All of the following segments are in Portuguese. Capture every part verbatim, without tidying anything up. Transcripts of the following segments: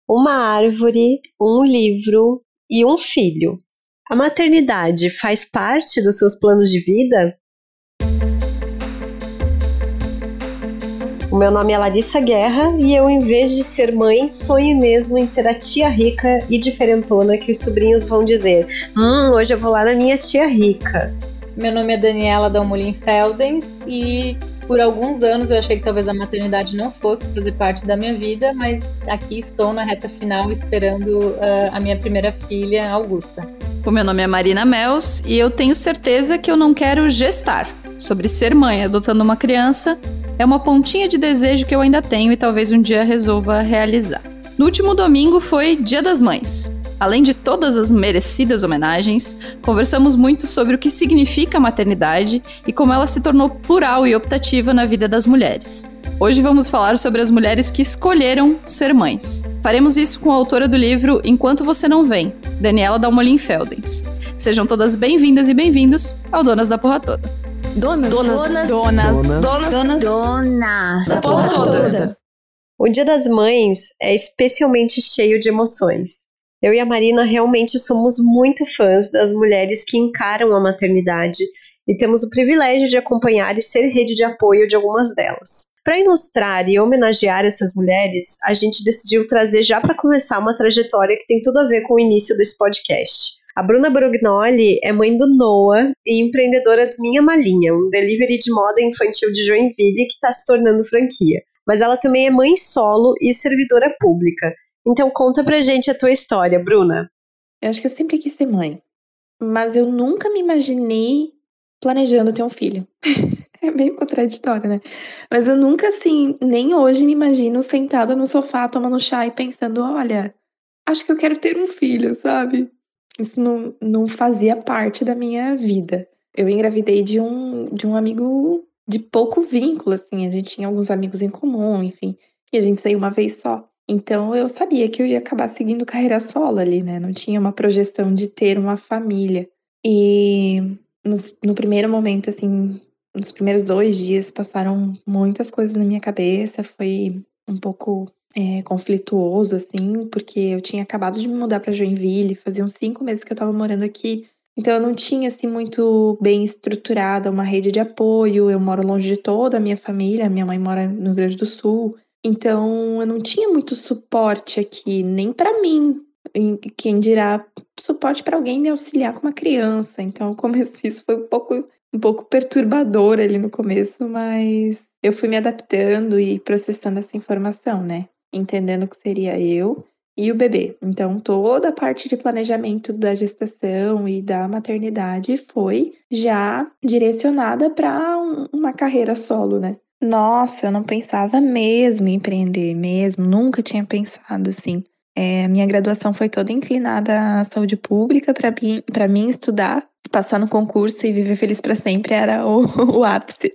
uma árvore, um livro e um filho. A maternidade faz parte dos seus planos de vida? O meu nome é Larissa Guerra e eu, em vez de ser mãe, sonho mesmo em ser a tia rica e diferentona que os sobrinhos vão dizer: Hum, hoje eu vou lá na minha tia rica. Meu nome é Daniela Dalmolin Feldens e por alguns anos eu achei que talvez a maternidade não fosse fazer parte da minha vida, mas aqui estou na reta final esperando uh, a minha primeira filha, Augusta. O meu nome é Marina Mels e eu tenho certeza que eu não quero gestar. Sobre ser mãe adotando uma criança é uma pontinha de desejo que eu ainda tenho e talvez um dia resolva realizar. No último domingo foi Dia das Mães. Além de todas as merecidas homenagens, conversamos muito sobre o que significa a maternidade e como ela se tornou plural e optativa na vida das mulheres. Hoje vamos falar sobre as mulheres que escolheram ser mães. Faremos isso com a autora do livro Enquanto Você Não Vem, Daniela Dalmolin Feldens. Sejam todas bem-vindas e bem-vindos ao Donas da Porra Toda. Donas, donas, donas, donas, donas, donas, donas, donas da porra toda. O Dia das Mães é especialmente cheio de emoções. Eu e a Marina realmente somos muito fãs das mulheres que encaram a maternidade e temos o privilégio de acompanhar e ser rede de apoio de algumas delas. Para ilustrar e homenagear essas mulheres, a gente decidiu trazer já para começar uma trajetória que tem tudo a ver com o início desse podcast. A Bruna Brugnoli é mãe do Noah e empreendedora do Minha Malinha, um delivery de moda infantil de Joinville que está se tornando franquia. Mas ela também é mãe solo e servidora pública. Então conta pra gente a tua história, Bruna. Eu acho que eu sempre quis ser mãe, mas eu nunca me imaginei planejando ter um filho. É meio contraditório, né? Mas eu nunca, assim, nem hoje me imagino sentada no sofá tomando chá e pensando, olha, acho que eu quero ter um filho, sabe? Isso não, não fazia parte da minha vida. Eu engravidei de um, de um amigo de pouco vínculo, assim. A gente tinha alguns amigos em comum, enfim. E a gente saiu uma vez só. Então eu sabia que eu ia acabar seguindo carreira solo ali, né? Não tinha uma projeção de ter uma família. E nos, no primeiro momento, assim, nos primeiros dois dias, passaram muitas coisas na minha cabeça. Foi um pouco é, conflituoso, assim, porque eu tinha acabado de me mudar pra Joinville, fazia uns cinco meses que eu tava morando aqui. Então eu não tinha, assim, muito bem estruturada uma rede de apoio. Eu moro longe de toda a minha família, minha mãe mora no Rio Grande do Sul. Então eu não tinha muito suporte aqui, nem pra mim. Quem dirá suporte pra alguém me auxiliar com uma criança. Então o começo disso foi um pouco, um pouco perturbador ali no começo, mas eu fui me adaptando e processando essa informação, né? Entendendo que seria eu e o bebê. Então toda a parte de planejamento da gestação e da maternidade foi já direcionada para uma carreira solo, né? Nossa, eu não pensava mesmo em empreender, mesmo, nunca tinha pensado assim. É, a minha graduação foi toda inclinada à saúde pública. Para mim, para mim estudar, passar no concurso e viver feliz para sempre era o, o ápice.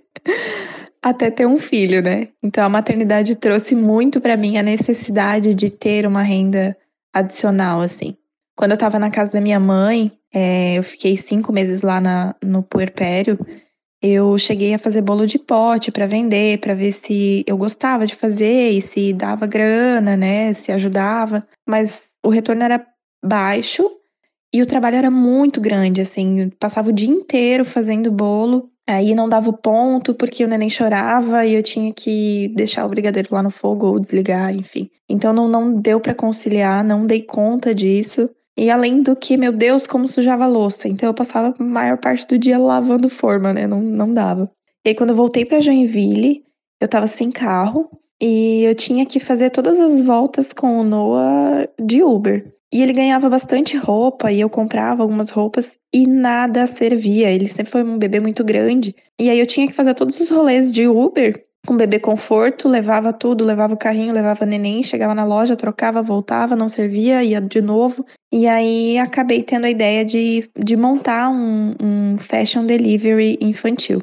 Até ter um filho, né? Então a maternidade trouxe muito para mim a necessidade de ter uma renda adicional, assim. Quando eu tava na casa da minha mãe, é, eu fiquei cinco meses lá na, no puerpério. Eu cheguei a fazer bolo de pote para vender, para ver se eu gostava de fazer e se dava grana, né, se ajudava. Mas o retorno era baixo e o trabalho era muito grande, assim. Eu passava o dia inteiro fazendo bolo, aí não dava o ponto porque o neném chorava e eu tinha que deixar o brigadeiro lá no fogo ou desligar, enfim. Então não, não deu para conciliar, não dei conta disso. E além do que, meu Deus, como sujava a louça. Então eu passava a maior parte do dia lavando forma, né? Não, não dava. E aí quando eu voltei pra Joinville, eu tava sem carro. E eu tinha que fazer todas as voltas com o Noah de Uber. E ele ganhava bastante roupa e eu comprava algumas roupas e nada servia. Ele sempre foi um bebê muito grande. E aí eu tinha que fazer todos os rolês de Uber com bebê conforto, levava tudo, levava o carrinho, levava neném, chegava na loja, trocava, voltava, não servia, ia de novo. E aí acabei tendo a ideia de, de montar um, um fashion delivery infantil.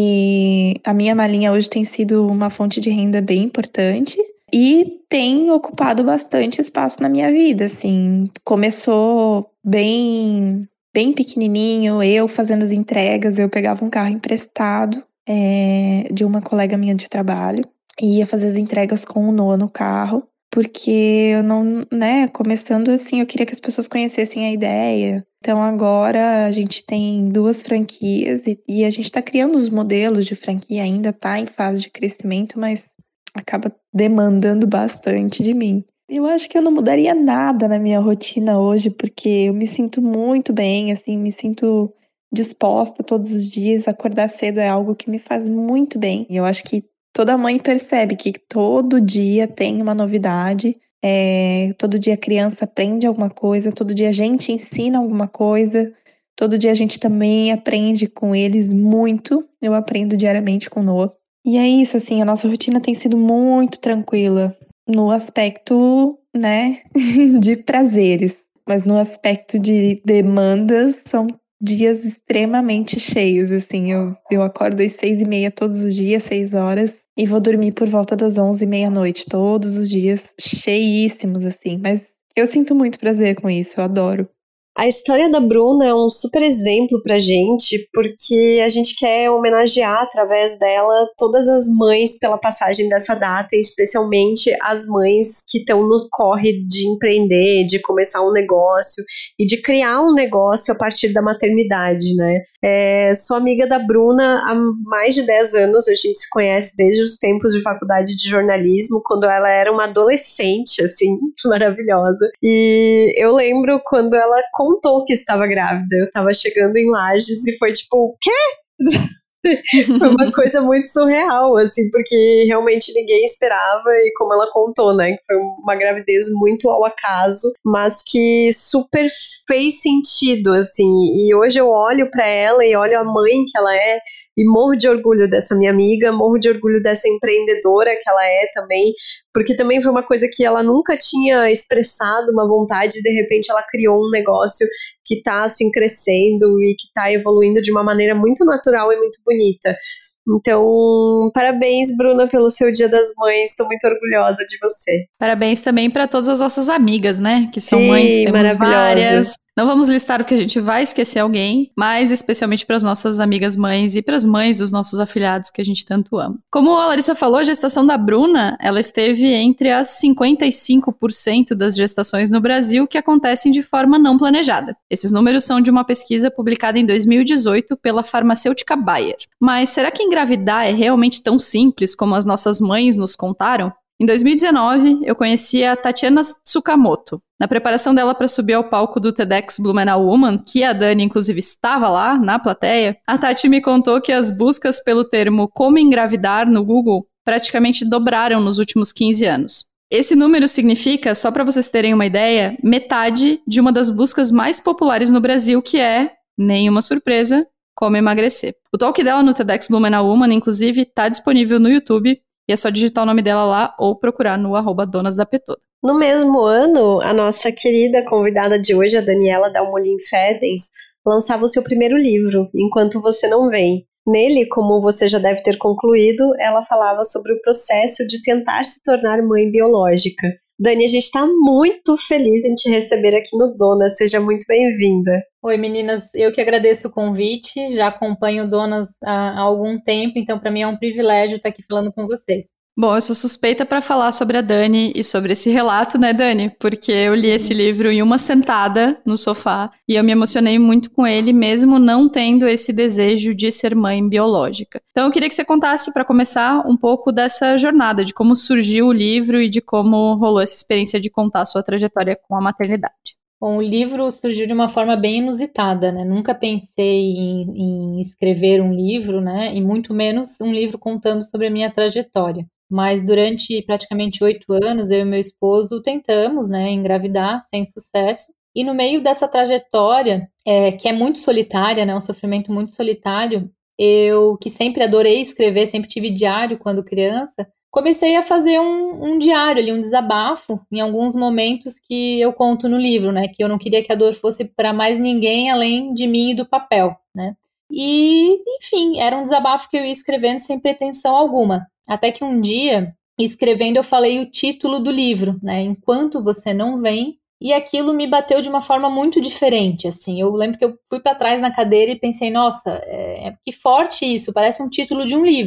E a Minha Malinha hoje tem sido uma fonte de renda bem importante e tem ocupado bastante espaço na minha vida, assim. Começou bem, bem pequenininho, eu fazendo as entregas, eu pegava um carro emprestado É, de uma colega minha de trabalho e ia fazer as entregas com o Noah no carro. porque eu não, né, começando assim, eu queria que as pessoas conhecessem a ideia. Então agora a gente tem duas franquias e, e a gente tá criando os modelos de franquia, ainda tá em fase de crescimento, mas acaba demandando bastante de mim. Eu acho que eu não mudaria nada na minha rotina hoje, porque eu me sinto muito bem, assim, me sinto disposta todos os dias. Acordar cedo é algo que me faz muito bem. E eu acho que toda mãe percebe que todo dia tem uma novidade, é, todo dia a criança aprende alguma coisa, todo dia a gente ensina alguma coisa, todo dia a gente também aprende com eles muito. Eu aprendo diariamente com o Noah. E é isso, assim, a nossa rotina tem sido muito tranquila no aspecto, né, de prazeres. Mas no aspecto de demandas, são dias extremamente cheios, assim. Eu, eu acordo às seis e meia todos os dias, seis horas, e vou dormir por volta das onze e meia-noite, todos os dias, cheíssimos, assim. Mas eu sinto muito prazer com isso, eu adoro. A história da Bruna é um super exemplo pra gente, porque a gente quer homenagear através dela todas as mães pela passagem dessa data, e especialmente as mães que estão no corre de empreender, de começar um negócio e de criar um negócio a partir da maternidade, né? É, sou amiga da Bruna há mais de dez anos, a gente se conhece desde os tempos de faculdade de jornalismo, quando ela era uma adolescente, assim, maravilhosa. E eu lembro quando ela contou que estava grávida. Eu tava chegando em Lages e foi tipo, o quê? Foi uma coisa muito surreal, assim, porque realmente ninguém esperava, e como ela contou, né, que foi uma gravidez muito ao acaso, mas que super fez sentido, assim, e hoje eu olho pra ela e olho a mãe que ela é e morro de orgulho dessa minha amiga, morro de orgulho dessa empreendedora que ela é também, porque também foi uma coisa que ela nunca tinha expressado uma vontade, e de repente ela criou um negócio que está assim crescendo e que está evoluindo de uma maneira muito natural e muito bonita. Então, parabéns, Bruna, pelo seu Dia das Mães. Estou muito orgulhosa de você. Parabéns também para todas as nossas amigas, né? Que são Sim, mães, temos maravilhosas. várias. Não vamos listar o que a gente vai esquecer alguém, mas especialmente para as nossas amigas mães e para as mães dos nossos afilhados que a gente tanto ama. Como a Larissa falou, a gestação da Bruna, ela esteve entre as cinquenta e cinco por cento das gestações no Brasil que acontecem de forma não planejada. Esses números são de uma pesquisa publicada em dois mil e dezoito pela farmacêutica Bayer. Mas será que engravidar é realmente tão simples como as nossas mães nos contaram? Em dois mil e dezenove, eu conheci a Tatiana Tsukamoto. Na preparação dela para subir ao palco do TEDx Blumenau Woman, que a Dani, inclusive, estava lá, na plateia, a Tati me contou que as buscas pelo termo como engravidar no Google praticamente dobraram nos últimos quinze anos. Esse número significa, só para vocês terem uma ideia, metade de uma das buscas mais populares no Brasil, que é, nenhuma surpresa, como emagrecer. O talk dela no TEDx Blumenau Woman, inclusive, está disponível no YouTube, e é só digitar o nome dela lá ou procurar no arroba Donas da Petoda. No mesmo ano, a nossa querida convidada de hoje, a Daniela Dalmolin Fedens, lançava o seu primeiro livro, Enquanto Você Não Vem. Nele, como você já deve ter concluído, ela falava sobre o processo de tentar se tornar mãe biológica. Dani, a gente está muito feliz em te receber aqui no Donas. Seja muito bem-vinda. Oi, meninas. Eu que agradeço o convite. Já acompanho o Donas há, há algum tempo, então para mim é um privilégio estar aqui falando com vocês. Bom, eu sou suspeita para falar sobre a Dani e sobre esse relato, né, Dani? Porque eu li esse livro em uma sentada no sofá e eu me emocionei muito com ele, mesmo não tendo esse desejo de ser mãe biológica. Então eu queria que você contasse, para começar, um pouco dessa jornada, de como surgiu o livro e de como rolou essa experiência de contar a sua trajetória com a maternidade. Bom, o livro surgiu de uma forma bem inusitada, né? Nunca pensei em, em escrever um livro, né? E muito menos um livro contando sobre a minha trajetória. Mas durante praticamente oito anos, eu e meu esposo tentamos, né, engravidar sem sucesso. E no meio dessa trajetória, é, que é muito solitária, né, um sofrimento muito solitário, eu, que sempre adorei escrever, sempre tive diário quando criança, comecei a fazer um, um diário ali, um desabafo, em alguns momentos que eu conto no livro, né, que eu não queria que a dor fosse para mais ninguém além de mim e do papel, né. E, enfim, era um desabafo que eu ia escrevendo sem pretensão alguma. Até que um dia, escrevendo, eu falei o título do livro, né? Enquanto Você Não Vem. E aquilo me bateu de uma forma muito diferente, assim. Eu lembro que eu fui para trás na cadeira e pensei, nossa, é, que forte isso, parece um título de um livro.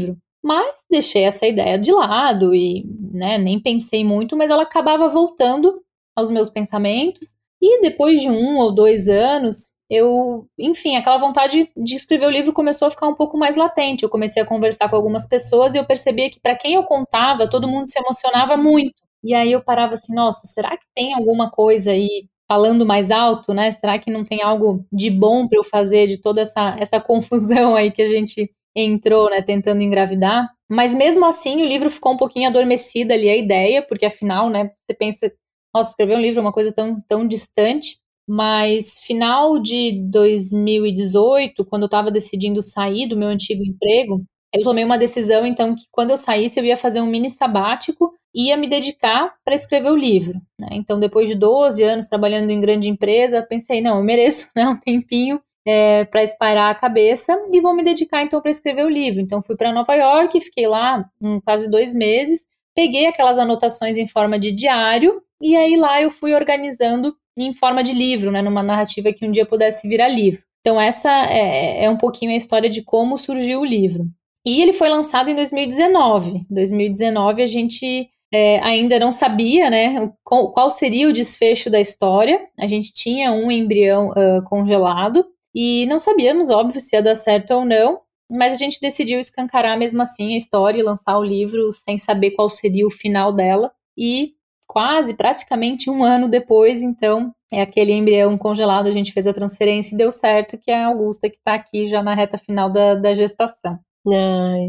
Mas deixei essa ideia de lado e, né, nem pensei muito, mas ela acabava voltando aos meus pensamentos. E depois de um ou dois anos, eu, enfim, aquela vontade de escrever o livro começou a ficar um pouco mais latente. Eu comecei a conversar com algumas pessoas e eu percebia que para quem eu contava, todo mundo se emocionava muito. E aí eu parava assim, nossa, será que tem alguma coisa aí falando mais alto, né? Será que não tem algo de bom para eu fazer de toda essa, essa confusão aí que a gente entrou, né, tentando engravidar? Mas mesmo assim, o livro ficou um pouquinho adormecido ali, a ideia, porque afinal, né, você pensa, nossa, escrever um livro é uma coisa tão, tão distante. Mas final de dois mil e dezoito, quando eu estava decidindo sair do meu antigo emprego, eu tomei uma decisão, então, que quando eu saísse, eu ia fazer um mini sabático e ia me dedicar para escrever o livro, né? Então, depois de doze anos trabalhando em grande empresa, pensei, não, eu mereço, né, um tempinho é, para espairar a cabeça e vou me dedicar, então, para escrever o livro. Então, fui para Nova York, fiquei lá um, quase dois meses, peguei aquelas anotações em forma de diário e aí lá eu fui organizando em forma de livro, né, numa narrativa que um dia pudesse virar livro. Então essa é, é um pouquinho a história de como surgiu o livro. E ele foi lançado em dois mil e dezenove. Em dois mil e dezenove a gente é, ainda não sabia, né, qual, qual seria o desfecho da história. A gente tinha um embrião uh, congelado e não sabíamos, óbvio, se ia dar certo ou não, mas a gente decidiu escancarar mesmo assim a história e lançar o livro sem saber qual seria o final dela. E quase, praticamente um ano depois, então, é aquele embrião congelado, a gente fez a transferência e deu certo, que é a Augusta que está aqui já na reta final da, da gestação. Ai.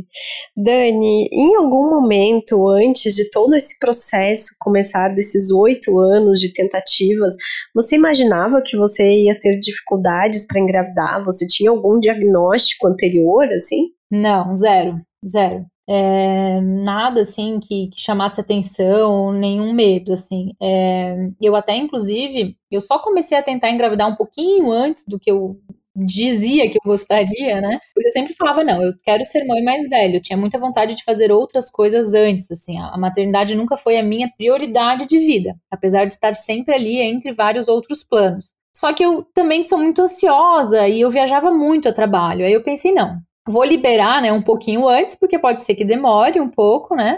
Dani, em algum momento antes de todo esse processo começar, desses oito anos de tentativas, você imaginava que você ia ter dificuldades para engravidar? Você tinha algum diagnóstico anterior, assim? Não, zero, zero. É, nada assim que, que chamasse atenção, nenhum medo, assim. É, eu até, inclusive, eu só comecei a tentar engravidar um pouquinho antes do que eu dizia que eu gostaria, né? Porque eu sempre falava, não, eu quero ser mãe mais velha. Eu tinha muita vontade de fazer outras coisas antes, assim. A, a maternidade nunca foi a minha prioridade de vida, apesar de estar sempre ali entre vários outros planos. Só que eu também sou muito ansiosa e eu viajava muito a trabalho. Aí eu pensei, não, vou liberar, né, um pouquinho antes, porque pode ser que demore um pouco, né?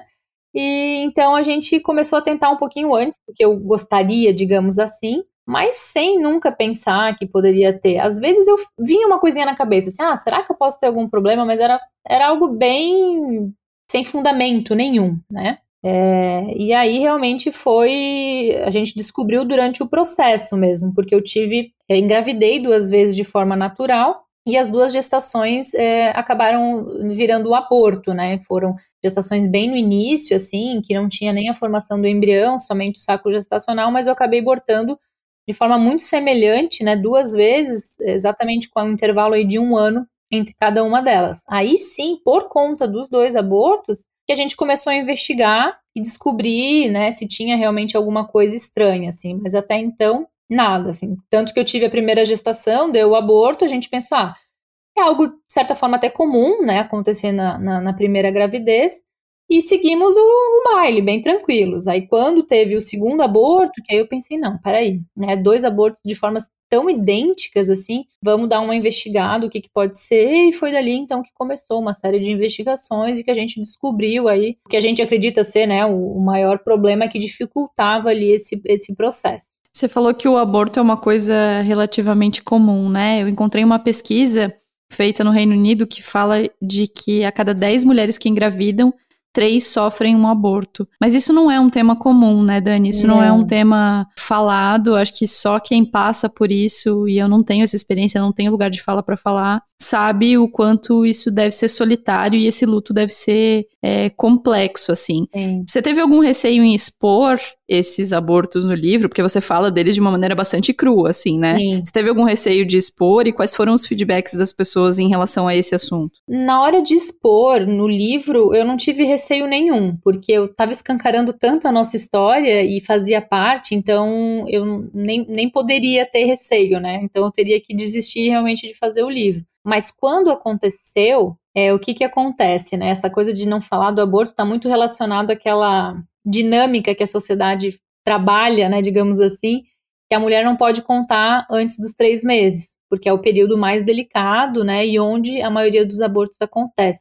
E então a gente começou a tentar um pouquinho antes, porque eu gostaria, digamos assim, mas sem nunca pensar que poderia ter. Às vezes eu vinha uma coisinha na cabeça, assim, ah, será que eu posso ter algum problema? Mas era, era algo bem sem fundamento nenhum, né? É, e aí realmente foi, a gente descobriu durante o processo mesmo, porque eu tive, eu engravidei duas vezes de forma natural, e as duas gestações é, acabaram virando o aborto, né? Foram gestações bem no início, assim, que não tinha nem a formação do embrião, somente o saco gestacional, mas eu acabei abortando de forma muito semelhante, né? Duas vezes, exatamente com um intervalo aí de um ano entre cada uma delas. Aí sim, por conta dos dois abortos, que a gente começou a investigar e descobrir, né, se tinha realmente alguma coisa estranha, assim. Mas até então, nada, assim. Tanto que eu tive a primeira gestação, deu o aborto, a gente pensou, ah, é algo, de certa forma, até comum, né, acontecer na, na, na primeira gravidez, e seguimos o, o baile, bem tranquilos. Aí, quando teve o segundo aborto, que aí eu pensei, não, peraí, né, dois abortos de formas tão idênticas, assim, vamos dar uma investigada, o que que pode ser, e foi dali, então, que começou uma série de investigações e que a gente descobriu aí, o que a gente acredita ser, né, o, o maior problema que dificultava ali esse, esse processo. Você falou que o aborto é uma coisa relativamente comum, né? Eu encontrei uma pesquisa feita no Reino Unido que fala de que a cada dez mulheres que engravidam, três sofrem um aborto. Mas isso não é um tema comum, né, Dani? Isso não, não é um tema falado. Acho que só quem passa por isso, e eu não tenho essa experiência, não tenho lugar de fala para falar, sabe o quanto isso deve ser solitário e esse luto deve ser é, complexo, assim. Sim. Você teve algum receio em expor esses abortos no livro? Porque você fala deles de uma maneira bastante crua, assim, né? Sim. Você teve algum receio de expor e quais foram os feedbacks das pessoas em relação a esse assunto? Na hora de expor no livro, eu não tive receio nenhum, porque eu estava escancarando tanto a nossa história e fazia parte, então eu nem, nem poderia ter receio, né? Então eu teria que desistir realmente de fazer o livro. Mas quando aconteceu, é, o que que acontece, né? Essa coisa de não falar do aborto está muito relacionado àquela dinâmica que a sociedade trabalha, né, digamos assim, que a mulher não pode contar antes dos três meses, porque é o período mais delicado, né, e onde a maioria dos abortos acontecem.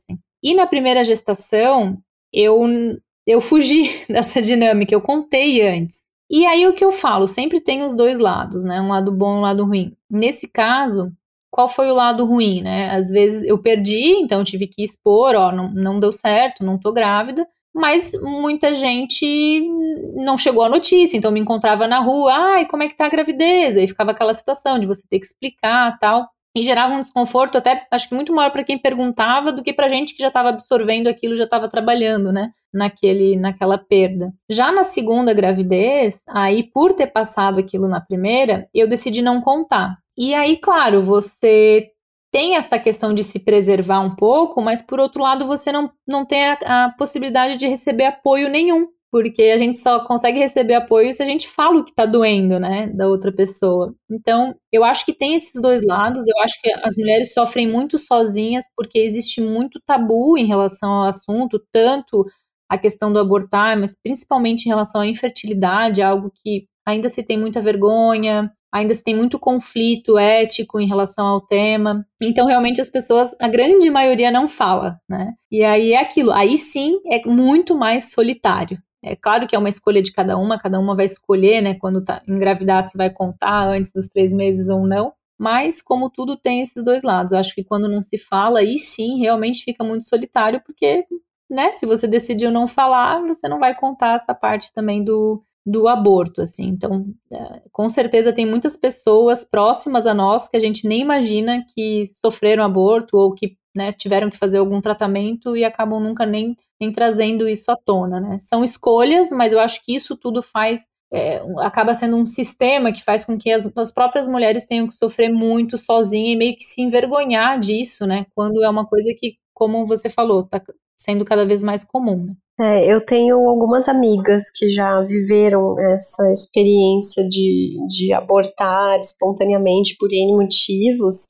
E na primeira gestação, eu, eu fugi dessa dinâmica, eu contei antes. E aí o que eu falo, sempre tem os dois lados, né? Um lado bom e um lado ruim. Nesse caso, qual foi o lado ruim, né? Às vezes eu perdi, então eu tive que expor, ó, não, não deu certo, não tô grávida. Mas muita gente não chegou à notícia, então me encontrava na rua, ai, como é que tá a gravidez? Aí ficava aquela situação de você ter que explicar, tal. E gerava um desconforto até, acho que muito maior para quem perguntava do que para gente que já estava absorvendo aquilo, já estava trabalhando, né, naquele, naquela perda. Já na segunda gravidez, aí por ter passado aquilo na primeira, eu decidi não contar. E aí, claro, você tem essa questão de se preservar um pouco, mas por outro lado você não, não tem a, a possibilidade de receber apoio nenhum. Porque a gente só consegue receber apoio se a gente fala o que tá doendo, né, da outra pessoa. Então, eu acho que tem esses dois lados, eu acho que as mulheres sofrem muito sozinhas porque existe muito tabu em relação ao assunto, tanto a questão do abortar, mas principalmente em relação à infertilidade, algo que ainda se tem muita vergonha, ainda se tem muito conflito ético em relação ao tema. Então, realmente, as pessoas, a grande maioria não fala, né? E aí é aquilo, aí sim é muito mais solitário. É claro que é uma escolha de cada uma, cada uma vai escolher, né, quando tá engravidar, se vai contar antes dos três meses ou não, mas como tudo tem esses dois lados, eu acho que quando não se fala, aí sim, realmente fica muito solitário, porque, né, se você decidiu não falar, você não vai contar essa parte também do, do aborto, assim, então, é, com certeza tem muitas pessoas próximas a nós que a gente nem imagina que sofreram aborto ou que, né, tiveram que fazer algum tratamento e acabam nunca nem nem trazendo isso à tona, né? São escolhas, mas eu acho que isso tudo faz, é, acaba sendo um sistema que faz com que as, as próprias mulheres tenham que sofrer muito sozinha e meio que se envergonhar disso, né? Quando é uma coisa que, como você falou, tá sendo cada vez mais comum, né? É, eu tenho algumas amigas que já viveram essa experiência de, de abortar espontaneamente por N motivos,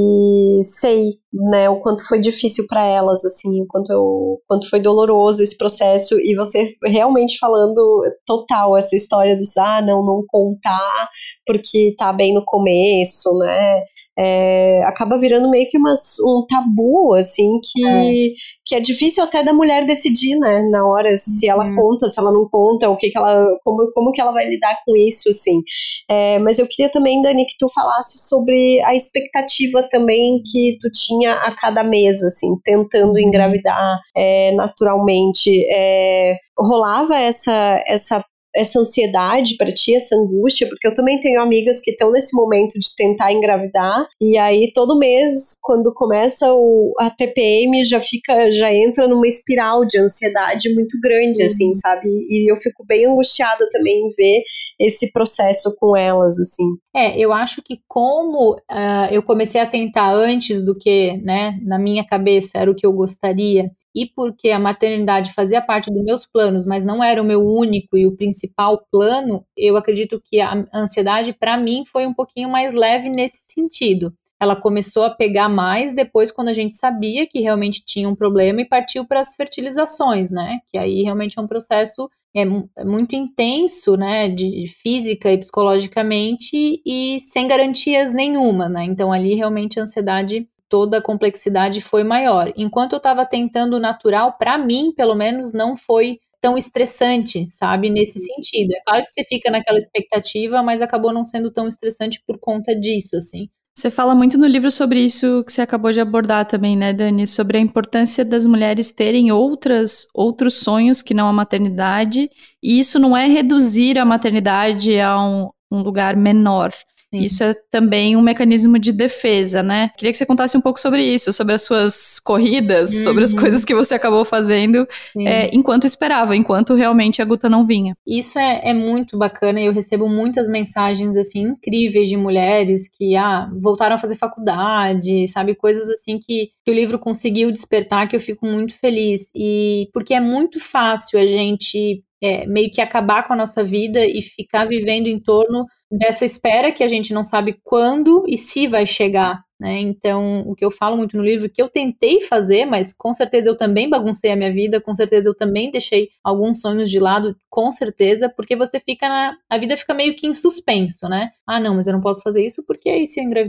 e sei, né, o quanto foi difícil para elas, assim, o quanto, eu, quanto foi doloroso esse processo, e você realmente falando total essa história dos, ah, não, não contar porque tá bem no começo, né, é, acaba virando meio que umas, um tabu, assim, que, é. que é difícil até da mulher decidir, né, na hora, se ela uhum. conta, se ela não conta, o que que ela, como, como que ela vai lidar com isso, assim. É, mas eu queria também, Dani, que tu falasse sobre a expectativa também que tu tinha a cada mês, assim, tentando uhum. engravidar é, naturalmente. É, rolava essa, essa essa ansiedade para ti, essa angústia, porque eu também tenho amigas que estão nesse momento de tentar engravidar, e aí todo mês, quando começa o, a T P M, já fica, já entra numa espiral de ansiedade muito grande, uhum. assim, sabe, e eu fico bem angustiada também em ver esse processo com elas, assim. É, eu acho que como uh, eu comecei a tentar antes do que, né, na minha cabeça era o que eu gostaria, e porque a maternidade fazia parte dos meus planos, mas não era o meu único e o principal plano, eu acredito que a ansiedade, para mim, foi um pouquinho mais leve nesse sentido. Ela começou a pegar mais depois quando a gente sabia que realmente tinha um problema e partiu para as fertilizações, né? Que aí realmente é um processo é, é muito intenso, né? De física e psicologicamente e sem garantias nenhuma, né? Então ali realmente a ansiedade, toda a complexidade foi maior. Enquanto eu estava tentando o natural, para mim, pelo menos, não foi tão estressante, sabe, nesse sentido. É claro que você fica naquela expectativa, mas acabou não sendo tão estressante por conta disso, assim. Você fala muito no livro sobre isso que você acabou de abordar também, né, Dani? Sobre a importância das mulheres terem outras, outros sonhos que não a maternidade, e isso não é reduzir a maternidade a um, um lugar menor. Sim. Isso é também um mecanismo de defesa, né? Queria que você contasse um pouco sobre isso, sobre as suas corridas, uhum. sobre as coisas que você acabou fazendo é, enquanto esperava, enquanto realmente a Guta não vinha. Isso é, é muito bacana, eu recebo muitas mensagens, assim, incríveis de mulheres que, ah, voltaram a fazer faculdade, sabe? Coisas assim que, que o livro conseguiu despertar, que eu fico muito feliz. E porque é muito fácil a gente é, meio que acabar com a nossa vida e ficar vivendo em torno dessa espera que a gente não sabe quando e se vai chegar, né? Então, o que eu falo muito no livro, que eu tentei fazer, mas com certeza eu também baguncei a minha vida, com certeza eu também deixei alguns sonhos de lado, com certeza, porque você fica na... a vida fica meio que em suspenso, né? Ah, não, mas eu não posso fazer isso porque e se eu engravidar?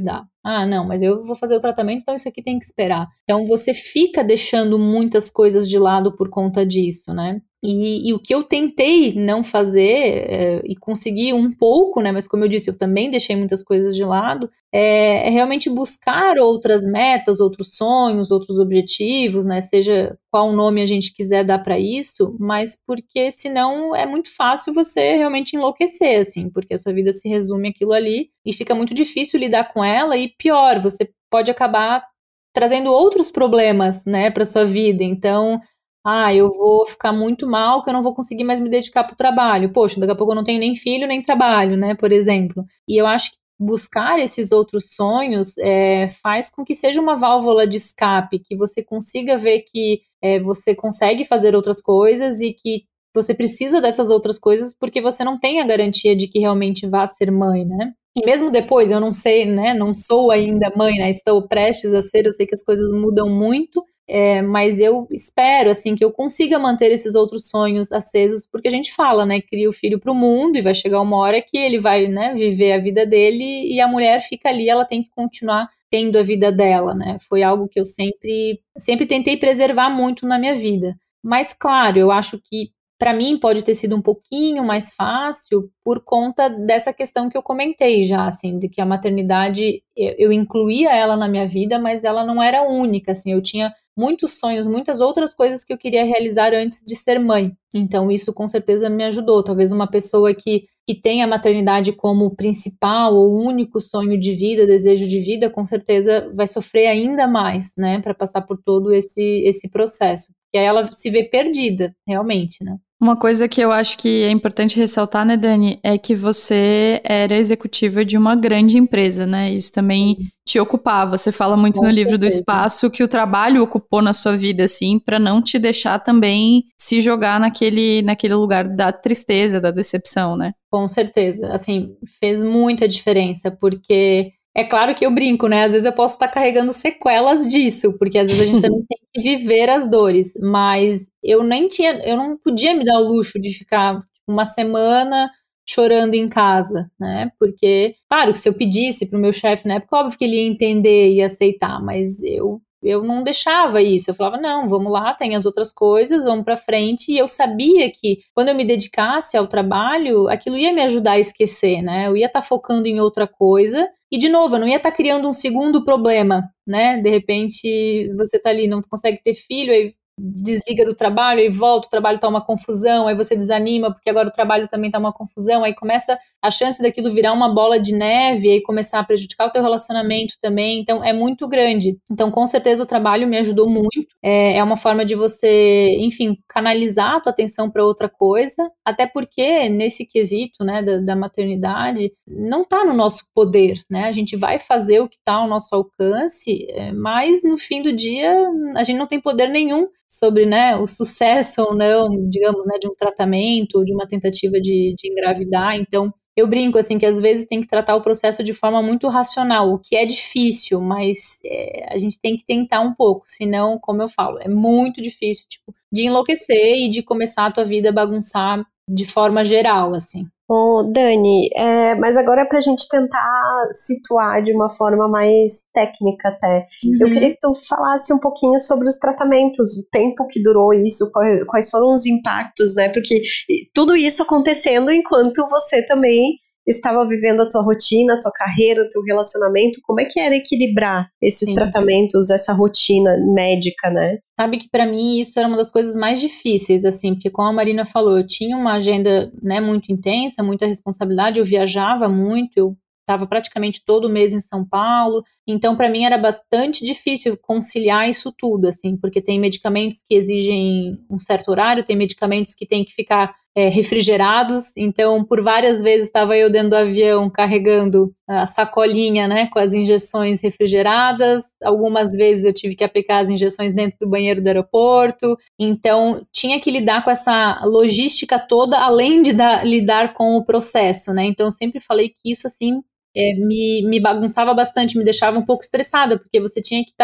Ah, não, mas eu vou fazer o tratamento, então isso aqui tem que esperar. Então você fica deixando muitas coisas de lado por conta disso, né? E, e o que eu tentei não fazer, é, e consegui um pouco, né? Mas como eu disse, eu também deixei muitas coisas de lado, é, é realmente buscar outras metas, outros sonhos, outros objetivos, né? Seja qual nome a gente quiser dar para isso, mas porque senão é muito fácil você realmente enlouquecer, assim, porque a sua vida se resume àquilo ali e fica muito difícil lidar com ela e pior, você pode acabar trazendo outros problemas, né, para sua vida. Então, ah, eu vou ficar muito mal que eu não vou conseguir mais me dedicar para o trabalho. Poxa, daqui a pouco eu não tenho nem filho, nem trabalho, né, por exemplo. E eu acho que buscar esses outros sonhos é, faz com que seja uma válvula de escape, que você consiga ver que é, você consegue fazer outras coisas e que você precisa dessas outras coisas porque você não tem a garantia de que realmente vá ser mãe, né? E mesmo depois, eu não sei, né, não sou ainda mãe, né, estou prestes a ser, eu sei que as coisas mudam muito, é, mas eu espero, assim, que eu consiga manter esses outros sonhos acesos, porque a gente fala, né, cria o filho para o mundo e vai chegar uma hora que ele vai, né, viver a vida dele e a mulher fica ali, ela tem que continuar tendo a vida dela, né, foi algo que eu sempre, sempre tentei preservar muito na minha vida. Mas, claro, eu acho que para mim pode ter sido um pouquinho mais fácil por conta dessa questão que eu comentei já, assim, de que a maternidade, eu, eu incluía ela na minha vida, mas ela não era única, assim, eu tinha muitos sonhos, muitas outras coisas que eu queria realizar antes de ser mãe. Então isso com certeza me ajudou. Talvez uma pessoa que, que tem a maternidade como principal ou único sonho de vida, desejo de vida, com certeza vai sofrer ainda mais, né, para passar por todo esse, esse processo. E aí ela se vê perdida, realmente, né? Uma coisa que eu acho que é importante ressaltar, né, Dani, é que você era executiva de uma grande empresa, né? Isso também Sim. te ocupava. Você fala muito Com no livro certeza. do espaço que o trabalho ocupou na sua vida, assim, para não te deixar também se jogar naquele, naquele lugar da tristeza, da decepção, né? Com certeza. Assim, fez muita diferença, porque é claro que eu brinco, né? Às vezes eu posso estar carregando sequelas disso, porque às vezes a gente também tem que viver as dores, mas eu nem tinha, eu não podia me dar o luxo de ficar uma semana chorando em casa, né? Porque, claro, que se eu pedisse pro meu chefe na época, óbvio que ele ia entender e aceitar, mas eu eu não deixava isso, eu falava, não, vamos lá, tem as outras coisas, vamos pra frente, e eu sabia que quando eu me dedicasse ao trabalho, aquilo ia me ajudar a esquecer, né, eu ia estar tá focando em outra coisa, e de novo, eu não ia estar tá criando um segundo problema, né, de repente você tá ali, não consegue ter filho, aí desliga do trabalho e volta, o trabalho tá uma confusão, aí você desanima porque agora o trabalho também tá uma confusão, aí começa a chance daquilo virar uma bola de neve e começar a prejudicar o teu relacionamento também, então é muito grande. Então com certeza o trabalho me ajudou muito, é, é uma forma de você, enfim, canalizar a tua atenção para outra coisa, até porque nesse quesito, né, da, da maternidade, não tá no nosso poder, né, a gente vai fazer o que tá ao nosso alcance, é, mas no fim do dia a gente não tem poder nenhum sobre, né, o sucesso ou não, digamos, né, de um tratamento ou de uma tentativa de, de engravidar. Então, eu brinco, assim, que às vezes tem que tratar o processo de forma muito racional, o que é difícil, mas é, a gente tem que tentar um pouco, senão, como eu falo, é muito difícil, tipo, de enlouquecer e de começar a tua vida a bagunçar de forma geral, assim. Ô, Dani, é, mas agora para a gente tentar situar de uma forma mais técnica até, uhum. eu queria que tu falasse um pouquinho sobre os tratamentos, o tempo que durou isso, quais foram os impactos, né, porque tudo isso acontecendo enquanto você também estava vivendo a tua rotina, a tua carreira, o teu relacionamento, como é que era equilibrar esses Sim. tratamentos, essa rotina médica, né? Sabe que para mim isso era uma das coisas mais difíceis, assim, porque como a Marina falou, eu tinha uma agenda, né, muito intensa, muita responsabilidade, eu viajava muito, eu estava praticamente todo mês em São Paulo, então para mim era bastante difícil conciliar isso tudo, assim, porque tem medicamentos que exigem um certo horário, tem medicamentos que tem que ficar é, refrigerados, então por várias vezes estava eu dentro do avião carregando a sacolinha, né, com as injeções refrigeradas, algumas vezes eu tive que aplicar as injeções dentro do banheiro do aeroporto, então tinha que lidar com essa logística toda, além de da, lidar com o processo, né, então eu sempre falei que isso, assim, É, me, me bagunçava bastante, me deixava um pouco estressada, porque você tinha que estar tá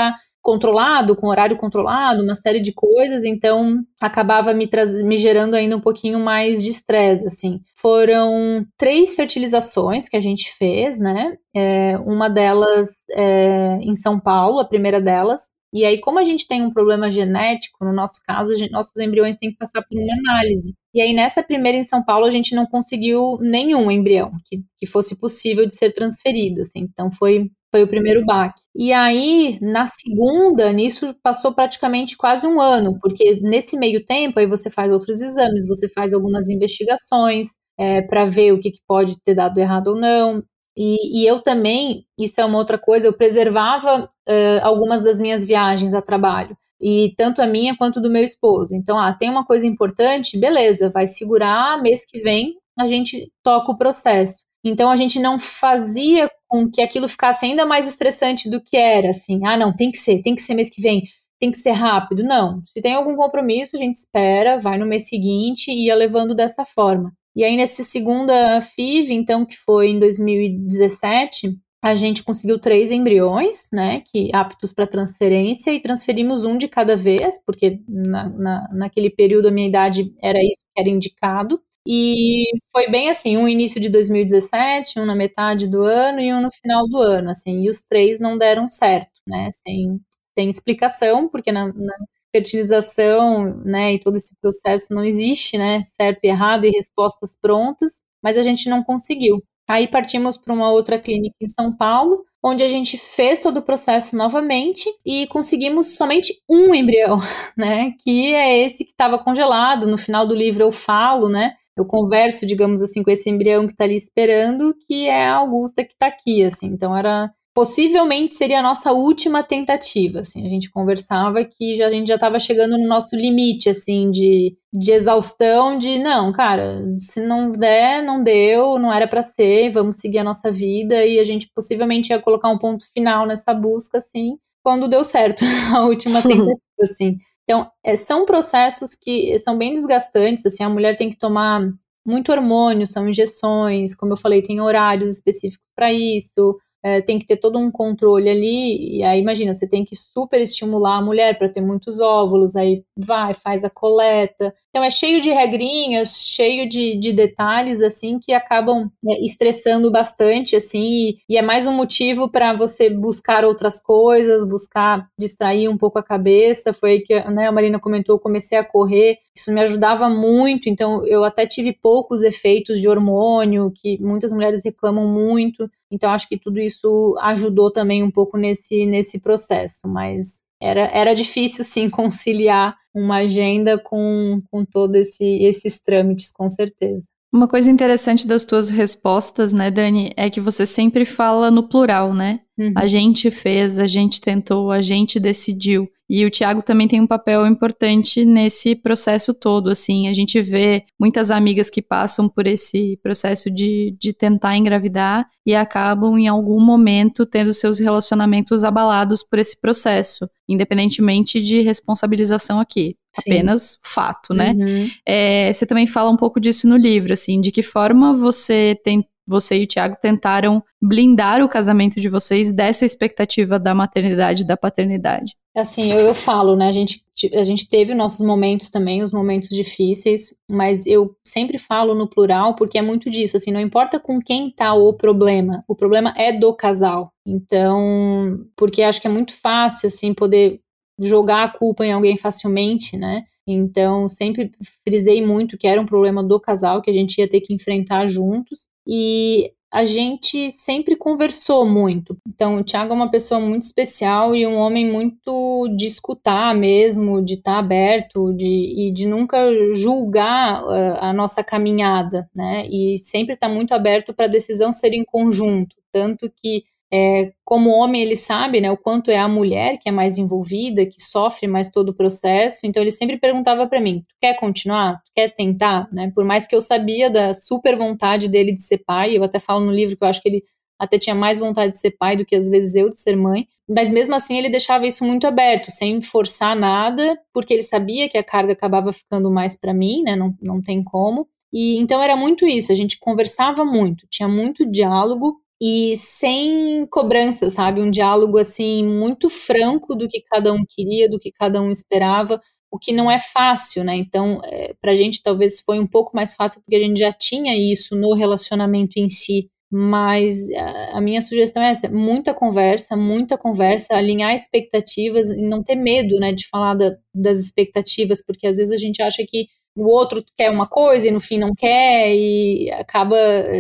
controlado, com horário controlado, uma série de coisas, então acabava me, traz... me gerando ainda um pouquinho mais de estresse, assim. Foram três fertilizações que a gente fez, né? É, uma delas é, em São Paulo, a primeira delas. E aí, como a gente tem um problema genético, no nosso caso, a gente, nossos embriões têm que passar por uma análise. E aí, nessa primeira em São Paulo, a gente não conseguiu nenhum embrião que, que fosse possível de ser transferido, assim. Então, foi, foi o primeiro baque. E aí, na segunda, nisso passou praticamente quase um ano, porque nesse meio tempo, aí você faz outros exames, você faz algumas investigações é, para ver o que, que pode ter dado errado ou não. E, e eu também, isso é uma outra coisa, eu preservava uh, algumas das minhas viagens a trabalho, e tanto a minha quanto do meu esposo. Então, ah, tem uma coisa importante, beleza, vai segurar, mês que vem a gente toca o processo. Então, a gente não fazia com que aquilo ficasse ainda mais estressante do que era, assim, ah, não, tem que ser, tem que ser mês que vem, tem que ser rápido. Não, se tem algum compromisso, a gente espera, vai no mês seguinte e ia levando dessa forma. E aí, nessa segunda F I V, então, que foi em dois mil e dezessete, a gente conseguiu três embriões, né, que, aptos para transferência, e transferimos um de cada vez, porque na, na, naquele período a minha idade era isso que era indicado. E foi bem assim, um início de dois mil e dezessete, um na metade do ano e um no final do ano, assim, e os três não deram certo, né, sem, sem explicação, porque na... na fertilização, né, e todo esse processo não existe, né, certo e errado e respostas prontas, mas a gente não conseguiu. Aí partimos para uma outra clínica em São Paulo, onde a gente fez todo o processo novamente e conseguimos somente um embrião, né, que é esse que estava congelado. No final do livro eu falo, né, eu converso, digamos assim, com esse embrião que está ali esperando, que é a Augusta que está aqui, assim, então era... Possivelmente seria a nossa última tentativa, assim, a gente conversava que já, a gente já estava chegando no nosso limite, assim, de, de exaustão, de, não, cara, se não der, não deu, não era para ser, vamos seguir a nossa vida, e a gente possivelmente ia colocar um ponto final nessa busca, assim, quando deu certo, a última tentativa, assim. Então, é, são processos que são bem desgastantes, assim, a mulher tem que tomar muito hormônio, são injeções, como eu falei, tem horários específicos para isso. É, tem que ter todo um controle ali, e aí imagina, você tem que super estimular a mulher para ter muitos óvulos, aí vai, faz a coleta, então é cheio de regrinhas, cheio de, de detalhes, assim, que acabam é, estressando bastante, assim, e, e é mais um motivo para você buscar outras coisas, buscar distrair um pouco a cabeça. Foi aí que, né, a Marina comentou, eu comecei a correr, isso me ajudava muito, então eu até tive poucos efeitos de hormônio, que muitas mulheres reclamam muito, então acho que tudo isso ajudou também um pouco nesse, nesse processo, mas era, era difícil sim conciliar uma agenda com, com todos esse, esses trâmites, com certeza. Uma coisa interessante das tuas respostas, né, Dani, é que você sempre fala no plural, né? Uhum. A gente fez, a gente tentou, a gente decidiu. E o Thiago também tem um papel importante nesse processo todo, assim. A gente vê muitas amigas que passam por esse processo de, de tentar engravidar e acabam em algum momento tendo seus relacionamentos abalados por esse processo, independentemente de responsabilização aqui. Sim. Apenas fato, né? Uhum. É, você também fala um pouco disso no livro, assim, de que forma você tem você e o Thiago tentaram blindar o casamento de vocês dessa expectativa da maternidade e da paternidade. Assim, eu, eu falo, né, a gente, a gente teve nossos momentos também, os momentos difíceis, mas eu sempre falo no plural porque é muito disso, assim, não importa com quem tá o problema, o problema é do casal. Então, porque acho que é muito fácil, assim, poder jogar a culpa em alguém facilmente, né? Então, sempre frisei muito que era um problema do casal, que a gente ia ter que enfrentar juntos. E a gente sempre conversou muito. Então, o Thiago é uma pessoa muito especial e um homem muito de escutar mesmo, de estar aberto de, e de nunca julgar uh, a nossa caminhada, né? E sempre está muito aberto para a decisão ser em conjunto. Tanto que, é, como homem, ele sabe, né, o quanto é a mulher que é mais envolvida, que sofre mais todo o processo. Então, ele sempre perguntava para mim, tu quer continuar? Tu quer tentar? Né? Por mais que eu sabia da super vontade dele de ser pai, eu até falo no livro que eu acho que ele até tinha mais vontade de ser pai do que às vezes eu de ser mãe, mas mesmo assim ele deixava isso muito aberto, sem forçar nada, porque ele sabia que a carga acabava ficando mais para mim, né, não, não tem como. E então era muito isso, a gente conversava muito, tinha muito diálogo. e sem cobrança, sabe? Um diálogo, assim, muito franco do que cada um queria, do que cada um esperava, o que não é fácil, né? Então, é, pra gente talvez foi um pouco mais fácil porque a gente já tinha isso no relacionamento em si, mas a, a minha sugestão é essa, muita conversa, muita conversa, alinhar expectativas e não ter medo, né, de falar da, das expectativas, porque às vezes a gente acha que o outro quer uma coisa e no fim não quer e acaba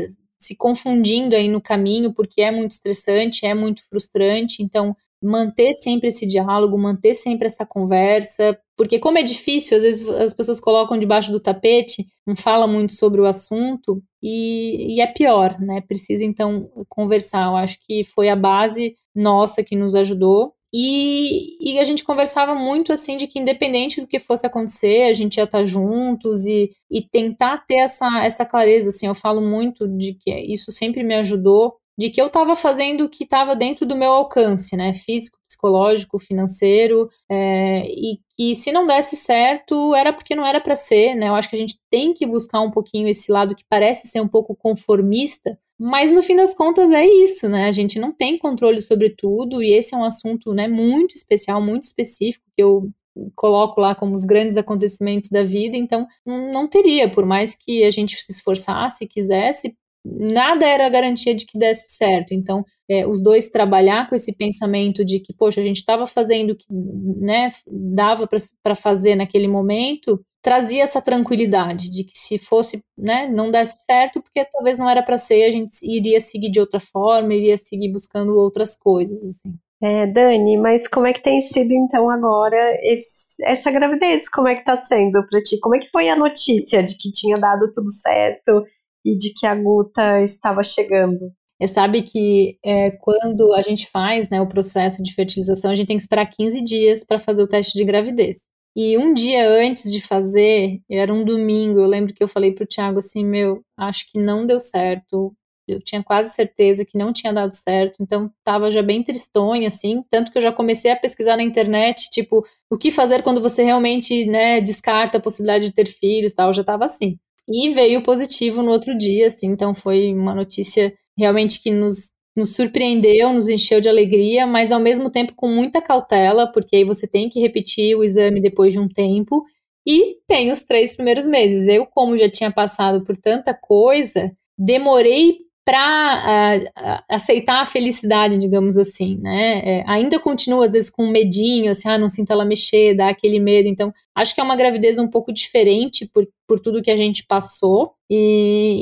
se confundindo aí no caminho, porque é muito estressante, é muito frustrante, então manter sempre esse diálogo, manter sempre essa conversa, porque como é difícil, às vezes as pessoas colocam debaixo do tapete, não falam muito sobre o assunto, e, e é pior, né? Precisa então conversar. Eu acho que foi a base nossa que nos ajudou, e, e a gente conversava muito assim de que independente do que fosse acontecer, a gente ia estar juntos e, e tentar ter essa, essa clareza, assim, eu falo muito de que isso sempre me ajudou, de que eu estava fazendo o que estava dentro do meu alcance, né, físico, psicológico, financeiro, é, e que se não desse certo, era porque não era para ser, né, eu acho que a gente tem que buscar um pouquinho esse lado que parece ser um pouco conformista, mas no fim das contas é isso, né, a gente não tem controle sobre tudo, e esse é um assunto, né, muito especial, muito específico, que eu coloco lá como os grandes acontecimentos da vida, então não teria, por mais que a gente se esforçasse, quisesse, nada era garantia de que desse certo, então é, os dois trabalhar com esse pensamento de que, poxa, a gente estava fazendo o que, né, dava para fazer naquele momento, trazia essa tranquilidade de que se fosse, né, não desse certo, porque talvez não era para ser, a gente iria seguir de outra forma, iria seguir buscando outras coisas, assim. É, Dani, mas como é que tem sido então agora esse, essa gravidez? Como é que tá sendo para ti? Como é que foi a notícia de que tinha dado tudo certo e de que a Guta estava chegando? Você sabe que é, quando a gente faz, né, o processo de fertilização, a gente tem que esperar quinze dias para fazer o teste de gravidez. E um dia antes de fazer, era um domingo, eu lembro que eu falei pro Thiago assim, meu, acho que não deu certo, eu tinha quase certeza que não tinha dado certo, então tava já bem tristonha, assim, tanto que eu já comecei a pesquisar na internet, tipo, o que fazer quando você realmente, né, descarta a possibilidade de ter filhos e tal, eu já tava assim. E veio positivo no outro dia, assim, então foi uma notícia realmente que nos, nos surpreendeu, nos encheu de alegria, mas ao mesmo tempo com muita cautela, porque aí você tem que repetir o exame depois de um tempo, e tem os três primeiros meses. Eu, como já tinha passado por tanta coisa, demorei para uh, aceitar a felicidade, digamos assim, né, é, ainda continuo às vezes com um medinho, assim, ah, não sinto ela mexer, dá aquele medo, então acho que é uma gravidez um pouco diferente por, por tudo que a gente passou, e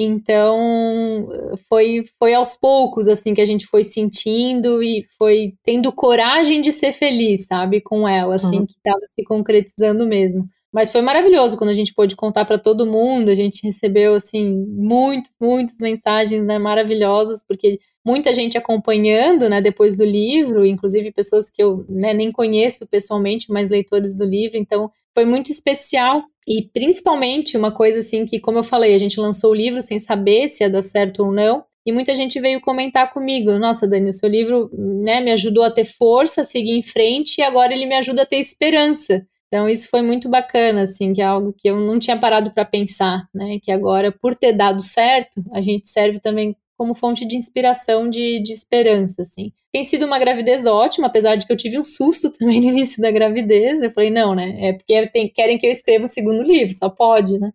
então foi, foi aos poucos, assim, que a gente foi sentindo e foi tendo coragem de ser feliz, sabe, com ela, assim, uhum. que estava se concretizando mesmo. Mas foi maravilhoso quando a gente pôde contar para todo mundo, a gente recebeu, assim, muitas, muitas mensagens, né, maravilhosas, porque muita gente acompanhando, né, depois do livro, inclusive pessoas que eu, né, nem conheço pessoalmente, mas leitores do livro, então foi muito especial. E principalmente uma coisa assim que, como eu falei, a gente lançou o livro sem saber se ia dar certo ou não, e muita gente veio comentar comigo, nossa, Dani, o seu livro, né, me ajudou a ter força, a seguir em frente, e agora ele me ajuda a ter esperança. Então isso foi muito bacana, assim, que é algo que eu não tinha parado para pensar, né, que agora, por ter dado certo, a gente serve também como fonte de inspiração, de, de esperança, assim. Tem sido uma gravidez ótima, apesar de que eu tive um susto também no início da gravidez, eu falei, não, né, é porque tem, querem que eu escreva o segundo livro, só pode, né.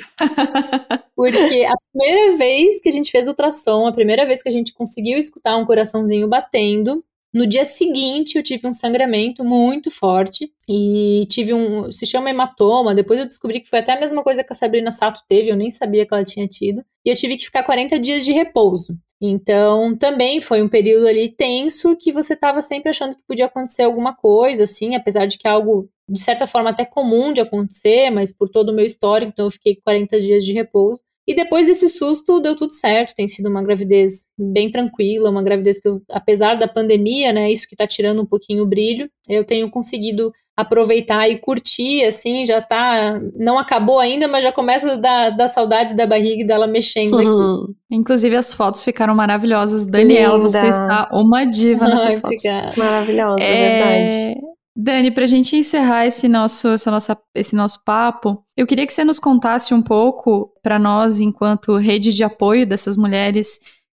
Porque a primeira vez que a gente fez ultrassom, a primeira vez que a gente conseguiu escutar um coraçãozinho batendo, no dia seguinte eu tive um sangramento muito forte e tive um, se chama hematoma, depois eu descobri que foi até a mesma coisa que a Sabrina Sato teve, eu nem sabia que ela tinha tido, e eu tive que ficar quarenta dias de repouso. Então também foi um período ali tenso que você estava sempre achando que podia acontecer alguma coisa, assim, apesar de que é algo de certa forma até comum de acontecer, mas por todo o meu histórico, então eu fiquei quarenta dias de repouso. E depois desse susto, deu tudo certo, tem sido uma gravidez bem tranquila, uma gravidez que, eu, apesar da pandemia, né, isso que tá tirando um pouquinho o brilho, eu tenho conseguido aproveitar e curtir, assim, já tá, não acabou ainda, mas já começa a dar, dar saudade da barriga e dela mexendo uhum. aqui. Inclusive as fotos ficaram maravilhosas. Daniela, Linda. Você está uma diva nessas Ai, fotos. Obrigada. Maravilhosa, é verdade. Dani, para a gente encerrar esse nosso, essa nossa, esse nosso papo, eu queria que você nos contasse um pouco para nós, enquanto rede de apoio dessas mulheres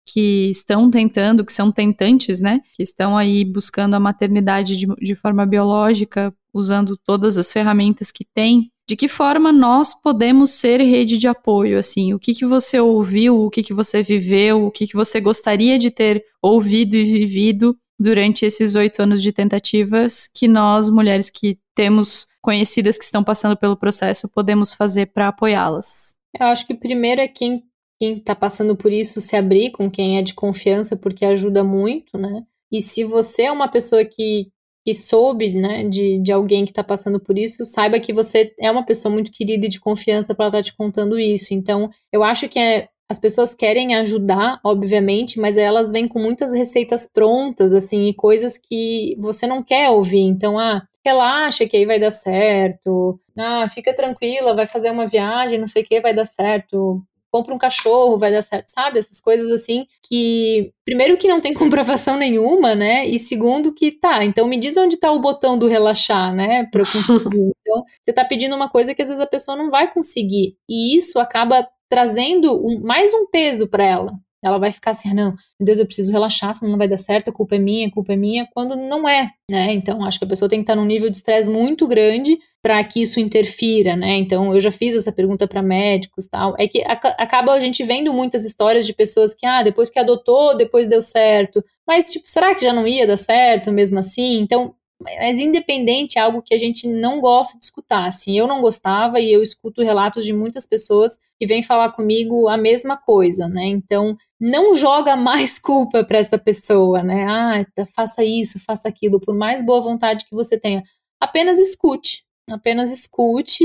que estão tentando, que são tentantes, né? Que estão aí buscando a maternidade de, de forma biológica, usando todas as ferramentas que tem. De que forma nós podemos ser rede de apoio, assim? O que que você ouviu, o que que você viveu, o que que você gostaria de ter ouvido e vivido durante esses oito anos de tentativas que nós, mulheres que temos conhecidas que estão passando pelo processo, podemos fazer para apoiá-las? Eu acho que primeiro é quem quem está passando por isso se abrir com quem é de confiança, porque ajuda muito, né? E se você é uma pessoa que, que soube, né, de, de alguém que está passando por isso, saiba que você é uma pessoa muito querida e de confiança para ela estar te contando isso. Então, eu acho que é, as pessoas querem ajudar, obviamente, mas elas vêm com muitas receitas prontas, assim, e coisas que você não quer ouvir. Então, ah, relaxa que aí vai dar certo. Ah, fica tranquila, vai fazer uma viagem, não sei o que, vai dar certo. Compra um cachorro, vai dar certo, sabe? Essas coisas assim que, primeiro que não tem comprovação nenhuma, né? E segundo que, tá, então me diz onde tá o botão do relaxar, né? Pra eu conseguir. Então, você tá pedindo uma coisa que às vezes a pessoa não vai conseguir. E isso acaba trazendo um, mais um peso pra ela. Ela vai ficar assim, ah, não, meu Deus, eu preciso relaxar, senão não vai dar certo, a culpa é minha, a culpa é minha, quando não é, né? Então, acho que a pessoa tem que estar num nível de estresse muito grande para que isso interfira, né? Então, eu já fiz essa pergunta para médicos e tal. É que ac- acaba a gente vendo muitas histórias de pessoas que, ah, depois que adotou, depois deu certo. Mas, tipo, será que já não ia dar certo mesmo assim? Então, mas independente é algo que a gente não gosta de escutar, assim, eu não gostava e eu escuto relatos de muitas pessoas que vêm falar comigo a mesma coisa, né, então não joga mais culpa para essa pessoa, né, ah, faça isso, faça aquilo, por mais boa vontade que você tenha, apenas escute, apenas escute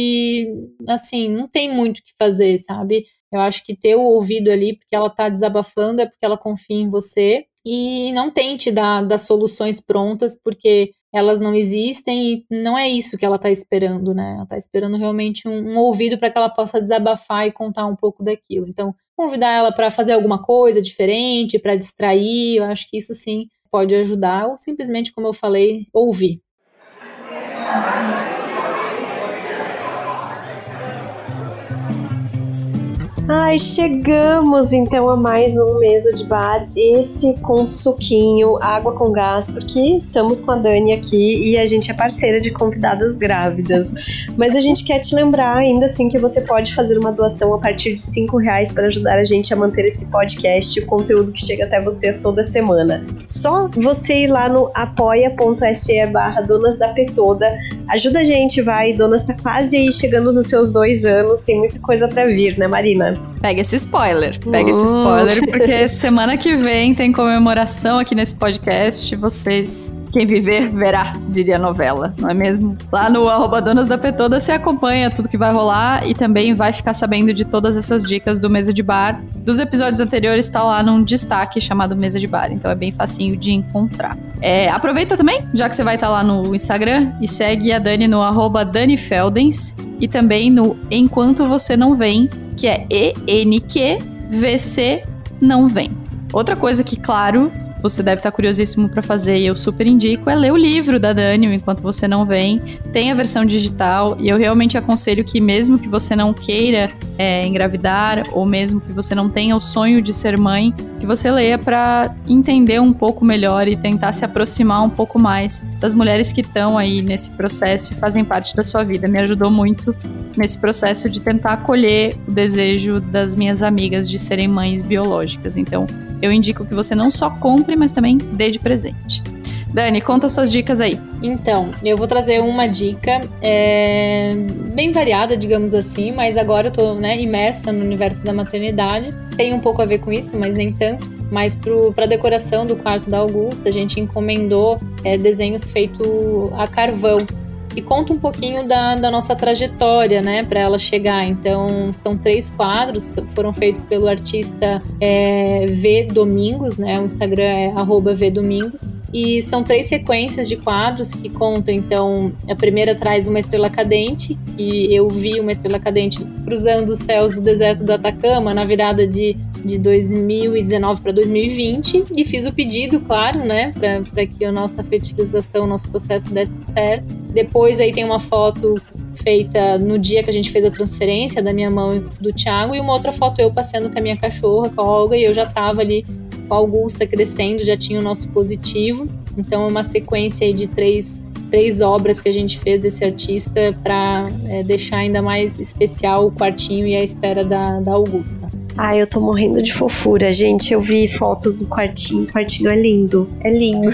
e, assim, não tem muito o que fazer, sabe, eu acho que ter o ouvido ali, porque ela tá desabafando, é porque ela confia em você. E não tente dar, dar soluções prontas, porque elas não existem e não é isso que ela está esperando, né? Ela está esperando realmente um, um ouvido para que ela possa desabafar e contar um pouco daquilo. Então, convidar ela para fazer alguma coisa diferente, para distrair, eu acho que isso sim pode ajudar, ou simplesmente, como eu falei, ouvir. Ai, chegamos então a mais um Mesa de Bar, esse com suquinho, água com gás, porque estamos com a Dani aqui e a gente é parceira de convidadas grávidas. Mas a gente quer te lembrar ainda assim que você pode fazer uma doação a partir de cinco reais para ajudar a gente a manter esse podcast e o conteúdo que chega até você toda semana. Só você ir lá no apoia.se barra Donas da Petoda, ajuda a gente, vai, Donas tá quase aí chegando nos seus dois anos, tem muita coisa para vir, né, Marina? Pega esse spoiler, pega uh. esse spoiler, porque semana que vem tem comemoração aqui nesse podcast, vocês, quem viver, verá, diria a novela, não é mesmo? Lá no arroba Donas da Petoda você acompanha tudo que vai rolar e também vai ficar sabendo de todas essas dicas do Mesa de Bar. Dos episódios anteriores tá lá num destaque chamado Mesa de Bar, então é bem facinho de encontrar. É, aproveita também, já que você vai estar tá lá no Instagram, e segue a Dani no arroba Dani Feldens e também no Enquanto Você Não Vem, que é E N Q V C Não Vem. Outra coisa que, claro, você deve estar curiosíssimo para fazer e eu super indico é ler o livro da Dani, Enquanto Você Não Vem. Tem a versão digital e eu realmente aconselho que mesmo que você não queira é, engravidar ou mesmo que você não tenha o sonho de ser mãe, que você leia para entender um pouco melhor e tentar se aproximar um pouco mais das mulheres que estão aí nesse processo e fazem parte da sua vida. Me ajudou muito nesse processo de tentar acolher o desejo das minhas amigas de serem mães biológicas. Então, eu indico que você não só compre, mas também dê de presente. Dani, conta suas dicas aí. Então, eu vou trazer uma dica é, bem variada, digamos assim, mas agora eu tô, né, imersa no universo da maternidade. Tem um pouco a ver com isso, mas nem tanto. Mas para a decoração do quarto da Augusta, a gente encomendou é, desenhos feitos a carvão. E conta um pouquinho da, da nossa trajetória, né, para ela chegar. Então, são três quadros, foram feitos pelo artista é, V Domingos, né, o Instagram é arroba V Domingos. E são três sequências de quadros que contam, então, a primeira traz uma estrela cadente, e eu vi uma estrela cadente cruzando os céus do deserto do Atacama na virada de de dois mil e dezenove para dois mil e vinte e fiz o pedido, claro, né, para que a nossa fertilização, o nosso processo desse certo. Depois aí tem uma foto feita no dia que a gente fez a transferência da minha mão e do Thiago, e uma outra foto eu passeando com a minha cachorra, com a Olga, e eu já tava ali com a Augusta crescendo, já tinha o nosso positivo. Então é uma sequência aí de três, três obras que a gente fez desse artista para é, deixar ainda mais especial o quartinho e a espera da, da Augusta. Ai, eu tô morrendo de fofura, gente. Eu vi fotos do quartinho. O quartinho é lindo. É lindo.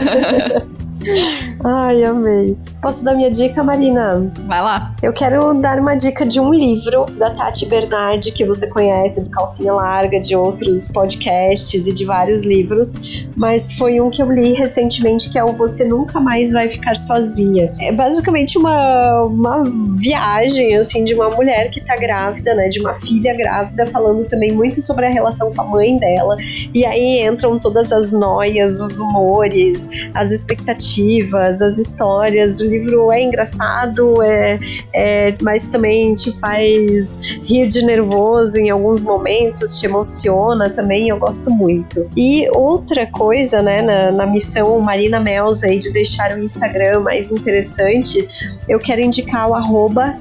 Ai, amei. Posso dar minha dica, Marina? Vai lá. Eu quero dar uma dica de um livro da Tati Bernardi, que você conhece, do Calcinha Larga, de outros podcasts e de vários livros, mas foi um que eu li recentemente, que é o Você Nunca Mais Vai Ficar Sozinha. É basicamente uma, uma viagem, assim, de uma mulher que tá grávida, né, de uma filha grávida, falando também muito sobre a relação com a mãe dela, e aí entram todas as noias, os humores, as expectativas, as histórias. O livro é engraçado, é, é, mas também te faz rir de nervoso em alguns momentos, te emociona também, eu gosto muito. E outra coisa, né, na, na missão Marina Mels aí de deixar o Instagram mais interessante, eu quero indicar o arroba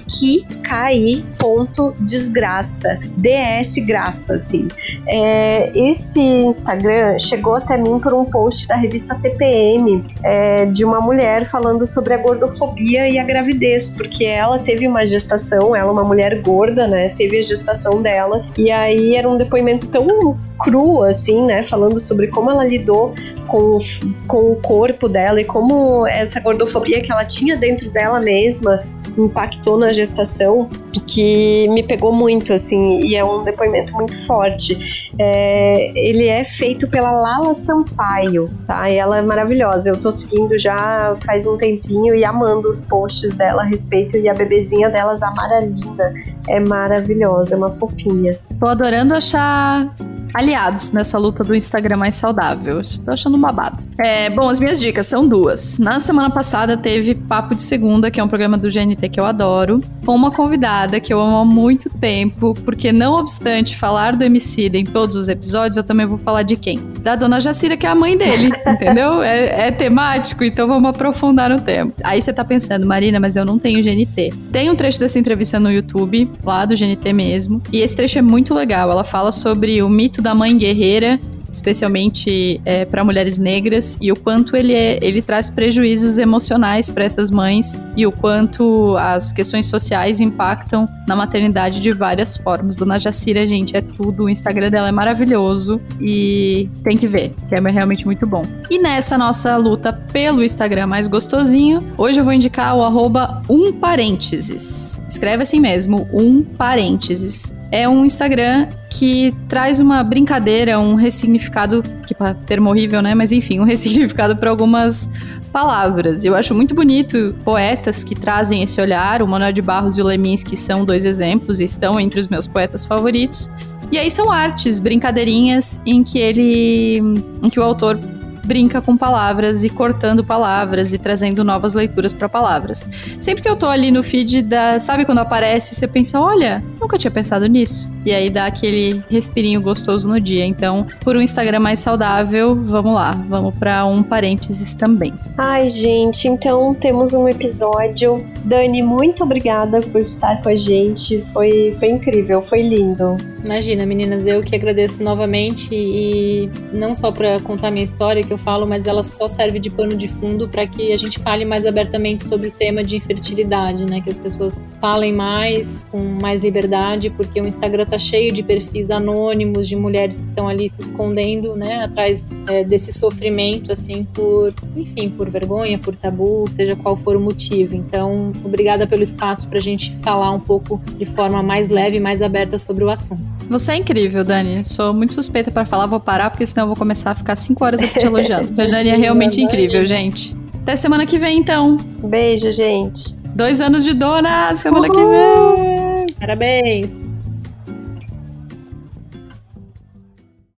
kikai.desgraça, D S graça, assim. É, esse Instagram chegou até mim por um post da revista T P M, é, de uma mulher falando sobre a gordofobia e a gravidez, porque ela teve uma gestação, ela é uma mulher gorda, né, teve a gestação dela, e aí era um depoimento tão cru, assim, né, falando sobre como ela lidou com, com o corpo dela e como essa gordofobia que ela tinha dentro dela mesma impactou na gestação, que me pegou muito, assim, e é um depoimento muito forte. É, ele é feito pela Lala Sampaio, tá? E ela é maravilhosa, eu tô seguindo já faz um tempinho e amando os posts dela a respeito, e a bebezinha delas, a Mara Linda, é maravilhosa, é uma fofinha. Tô adorando achar aliados nessa luta do Instagram mais saudável. Tô achando um babado. É, bom, as minhas dicas são duas. Na semana passada teve Papo de Segunda, que é um programa do G N T que eu adoro, com uma convidada que eu amo há muito tempo, porque não obstante falar do Emicida em todos os episódios, eu também vou falar de quem? Da Dona Jacira, que é a mãe dele, entendeu? É, é temático, então vamos aprofundar no tema. Aí você tá pensando, Marina, mas eu não tenho G N T. Tem um trecho dessa entrevista no YouTube, lá do G N T mesmo, e esse trecho é muito legal. Ela fala sobre o mito da mãe guerreira, especialmente é, para mulheres negras, e o quanto ele, é, ele traz prejuízos emocionais para essas mães e o quanto as questões sociais impactam na maternidade de várias formas. Dona Jacira, gente, é tudo. O Instagram dela é maravilhoso e tem que ver, que é realmente muito bom. E nessa nossa luta pelo Instagram mais gostosinho, hoje eu vou indicar o arroba um parênteses. Escreve assim mesmo, um parênteses. É um Instagram que traz uma brincadeira, um ressignificado, que termo horrível, né? Mas enfim, um ressignificado para algumas palavras. Eu acho muito bonito poetas que trazem esse olhar. O Manuel de Barros e o Leminski são dois exemplos e estão entre os meus poetas favoritos. E aí são artes, brincadeirinhas em que ele, em que o autor brinca com palavras e cortando palavras e trazendo novas leituras para palavras. Sempre que eu tô ali no feed, da, sabe quando aparece, você pensa, olha, nunca tinha pensado nisso. E aí dá aquele respirinho gostoso no dia. Então, por um Instagram mais saudável, vamos lá, vamos para um parênteses também. Ai, gente, então temos um episódio. Dani, muito obrigada por estar com a gente. Foi, foi incrível, foi lindo. Imagina, meninas, eu que agradeço novamente, e não só para contar minha história que eu falo, mas ela só serve de pano de fundo para que a gente fale mais abertamente sobre o tema de infertilidade, né? Que as pessoas falem mais, com mais liberdade, porque o Instagram tá cheio de perfis anônimos de mulheres que estão ali se escondendo, né? Atrás é, desse sofrimento, assim, por, enfim, por vergonha, por tabu, seja qual for o motivo. Então, obrigada pelo espaço pra gente falar um pouco de forma mais leve e mais aberta sobre o assunto. Você é incrível, Dani. Sou muito suspeita pra falar, vou parar, porque senão eu vou começar a ficar cinco horas aqui te elogiando. A Dani é realmente incrível, gente. Até semana que vem, então. Beijo, gente. Dois anos de dona, semana Uhul. que vem. Parabéns.